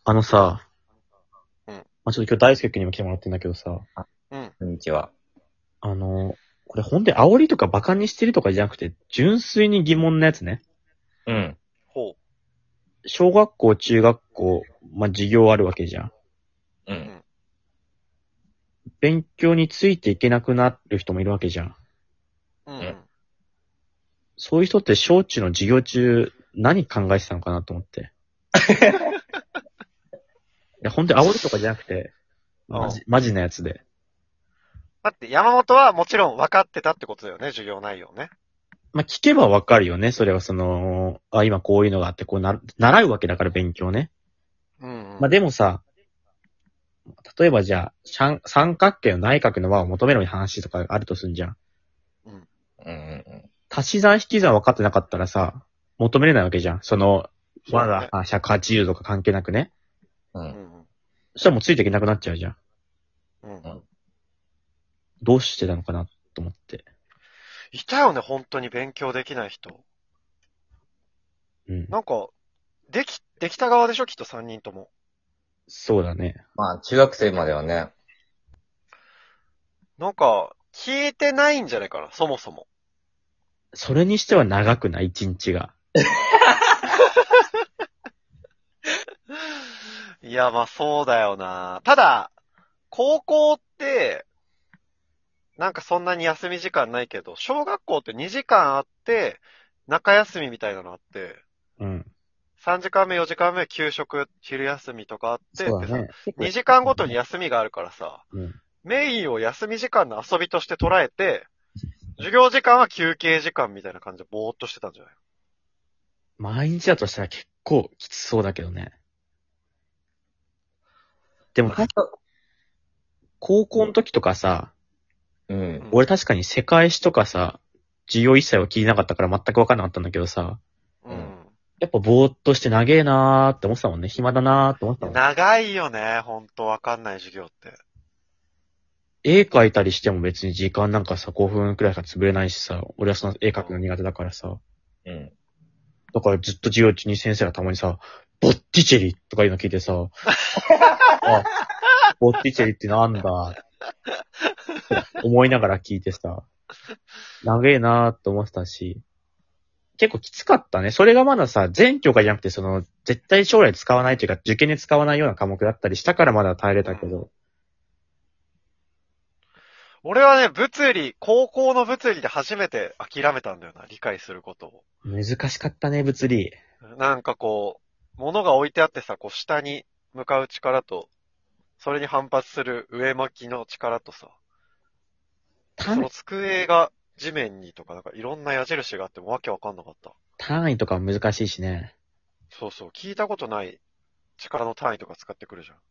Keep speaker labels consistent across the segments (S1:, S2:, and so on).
S1: あのさ、
S2: うん。
S1: まあ、ちょっと今日大輔君にも来てもらってんだけどさ、
S2: うん。
S3: こんにちは。
S1: これほんで煽りとかバカにしてるとかじゃなくて、純粋に疑問なやつね。
S3: うん。
S2: ほ
S1: 小学校、中学校、まあ、授業あるわけじゃん。
S3: う。
S2: う。うんん。
S1: 勉強についていけなくなる人もいるわけじゃん。
S2: うん。
S3: うん
S1: そういう人って小中の授業中、何考えてたのかなと思って。いや、ほんで煽りとかじゃなくて、マジなやつで。
S2: 待って、山本はもちろん分かってたってことだよね、授業内容ね。
S1: まあ、聞けばわかるよね。それは今こういうのがあって、習うわけだから勉強ね。
S2: うん。
S1: まあ、でもさ、例えばじゃあ、三角形の内角の和を求めろに話とかあるとすんじゃん。
S3: うん。
S1: 足し算引き算分かってなかったらさ、求めれないわけじゃん。和
S2: そうだね
S1: が180とか関係なくね。
S3: う。
S2: うんん。
S1: そしたらもうついていけなくなっちゃうじゃん。
S2: うん。
S1: どうしてたのかなと思って。
S2: いたよね、本当に勉強できない人。
S1: うん。
S2: なんか、できた側でしょ、きっと3人とも。
S1: そうだね。
S3: まあ、中学生まではね。
S2: なんか、聞いてないんじゃないかな、そもそも。
S1: それにしては長くない一日が。
S2: いや、まあそうだよな。ただ、高校って、なんかそんなに休み時間ないけど、小学校って2時間あって、中休みみたいなのあって、
S1: うん。
S2: 3時間目、4時間目、給食、昼休みとかあってってさ、
S1: そうだね。
S2: 2時間ごとに休みがあるからさ、
S1: うん。
S2: メインを休み時間の遊びとして捉えて、授業時間は休憩時間みたいな感じでぼーっとしてたんじゃない？
S1: 毎日だとしたら結構きつそうだけどね。でも、高校の時とかさ、
S3: うん。
S1: 俺確かに世界史とかさ、授業一切は聞いてなかったから全く分かんなかったんだけどさ、
S2: うん。
S1: やっぱぼーっとして長えなーって思ってたもんね。暇だなーって思ってたもん。
S2: 長いよね、ほんとわかんない授業って。
S1: 絵描いたりしても別に時間なんかさ、5分くらいしか潰れないしさ、俺はその絵描くの苦手だからさ、
S3: うん。
S1: だからずっと授業中に先生がたまにさ、ボッティチェリとかいうの聞いてさ、あ、ボッティチェリってなんだって思いながら聞いてさ、長えなーって思ってたし、結構きつかったね。それがまださ、全教科じゃなくて、絶対将来使わないというか、受験で使わないような科目だったりしたからまだ耐えれたけど。
S2: 俺はね、高校の物理で初めて諦めたんだよな、理解することを。
S1: 難しかったね、物理。
S2: なんかこう、物が置いてあってさ、こう下に向かう力と、それに反発する上向きの力とさ、その机が地面にとか、なんかいろんな矢印があってもわけわかんなかった。
S1: 単位とか難しいしね。
S2: そうそう、聞いたことない力の単位とか使ってくるじゃん。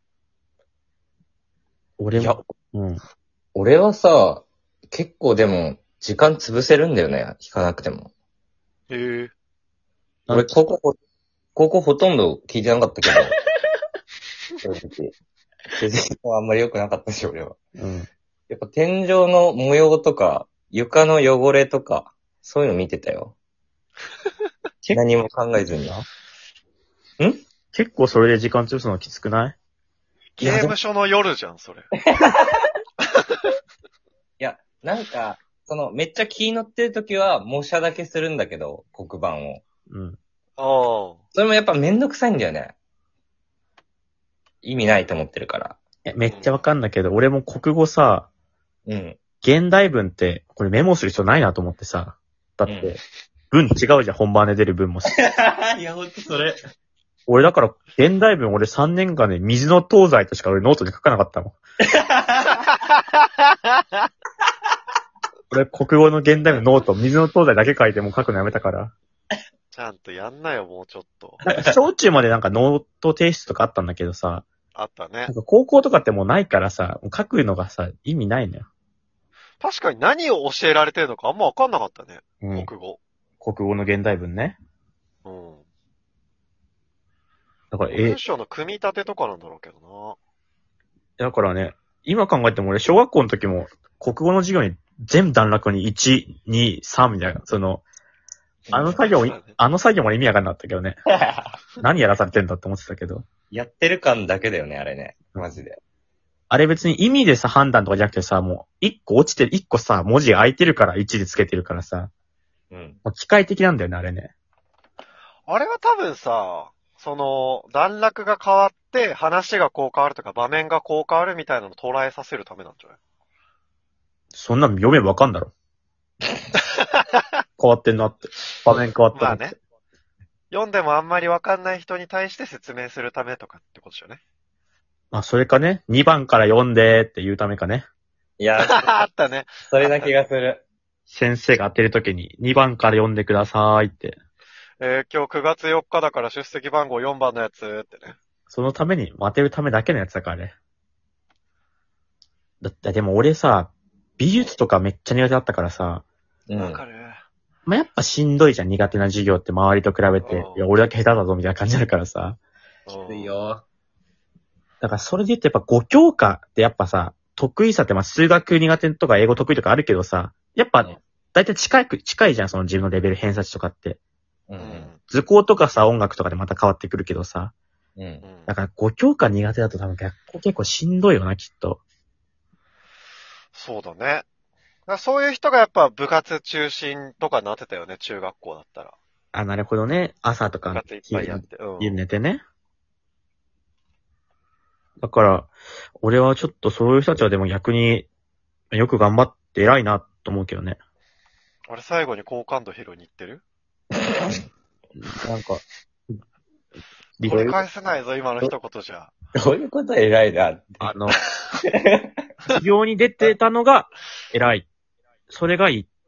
S1: 俺
S3: いや
S1: も、うん。
S3: 俺はさ、結構でも、時間潰せるんだよね。弾かなくても。
S2: へえ。
S3: 俺、高校ほとんど聞いてなかったけど。正直。成績はあんまり良くなかったし、俺は。
S1: うん。
S3: やっぱ天井の模様とか、床の汚れとか、そういうの見てたよ。何も考えずに。
S1: 結構それで時間潰すのきつくない？
S2: 刑務所の夜じゃん、それ。
S3: いや、なんか、めっちゃ気乗ってる時は、模写だけするんだけど、黒板を。
S1: うん。
S2: ああ。
S3: それもやっぱめんどくさいんだよね。意味ないと思ってるから。
S1: めっちゃわかんだけど、俺も国語さ、
S3: うん。
S1: 現代文って、これメモする必要ないなと思ってさ。だって、
S3: うん
S1: 文違うじゃん、本番で出る文もさ。
S3: いや、ほんとそれ。
S1: 俺だから、現代文俺3年間で水の東西としか俺ノートで書かなかったもん。俺国語の現代文ノート、水の東西だけ書いてもう書くのやめたから。
S2: ちゃんとやんなよ、もうちょっと。
S1: 小中までなんかノート提出とかあったんだけどさ、
S2: あったね
S1: なん。か高校とかってもうないからさ、もう書くのがさ、意味ないのよ。
S2: 確かに何を教えられてるのかあんまわかんなかったね。
S1: うん。
S2: 国語。
S1: 国語の現代文ね。
S2: うん。
S1: だから、
S2: 文章の組み立てとかなんだろうけど
S1: だからね、今考えても俺小学校の時も国語の授業に全段落に1、2、3みたいな、あの作業も意味わかんなかったけどね。何やらされてんだって思ってたけど。
S3: やってる感だけだよね、あれね。マジで。
S1: あれ別に意味でさ、判断とかじゃなくてさ、もう、一個落ちてる、一個さ、文字空いてるから1でつけてるからさ、
S3: うん。
S1: 機械的なんだよね、あれね。
S2: あれは多分さ、段落が変わって、話がこう変わるとか、場面がこう変わるみたいなのを捉えさせるためなんじゃない？
S1: そんなの読めばわかんだろ。変わってんなって。場面変わったなって。
S2: まあね。読んでもあんまりわかんない人に対して説明するためとかってことだよね。
S1: まあ、それかね、2番から読んでって言うためかね。
S3: いや、
S2: あったね。
S3: それな気がする。
S1: 先生が当てるときに2番から読んでくださいって。
S2: 今日9月4日だから出席番号4番のやつってね。
S1: そのために、当てるためだけのやつだからね。だって、でも俺さ、美術とかめっちゃ苦手だったからさ、
S3: うん。
S2: わかる。
S1: まあ、やっぱしんどいじゃん、苦手な授業って周りと比べて。
S2: うん
S1: いや、俺だけ下手だぞ、みたいな感じになるからさ。
S2: き
S3: つい。よ。
S1: だからそれで言ってやっぱ5教科ってやっぱさ、得意さってまあ数学苦手とか英語得意とかあるけどさ、やっぱね、だいたい近いじゃん、その自分のレベル偏差値とかって。
S3: う。
S2: うんん。
S1: 図工とかさ、音楽とかでまた変わってくるけどさ。
S3: う。
S2: うんん。
S1: だから5教科苦手だと多分学校結構しんどいよな、きっと。
S2: そうだね。だからそういう人がやっぱ部活中心とかなってたよね、中学校だったら。
S1: あ、なるほどね。朝と
S2: 部
S1: か
S2: 活いっぱいやって。
S1: 家寝てね。だから、俺はちょっとそういう人たちはでも逆によく頑張って偉いなと思うけどね。
S2: 俺最後に好感度拾いに行ってる？
S1: なんか、
S2: これ返せないぞ、今の一言じゃ。
S3: どういうこと偉いなって。
S1: 授業に出てたのが偉い。それがいいっ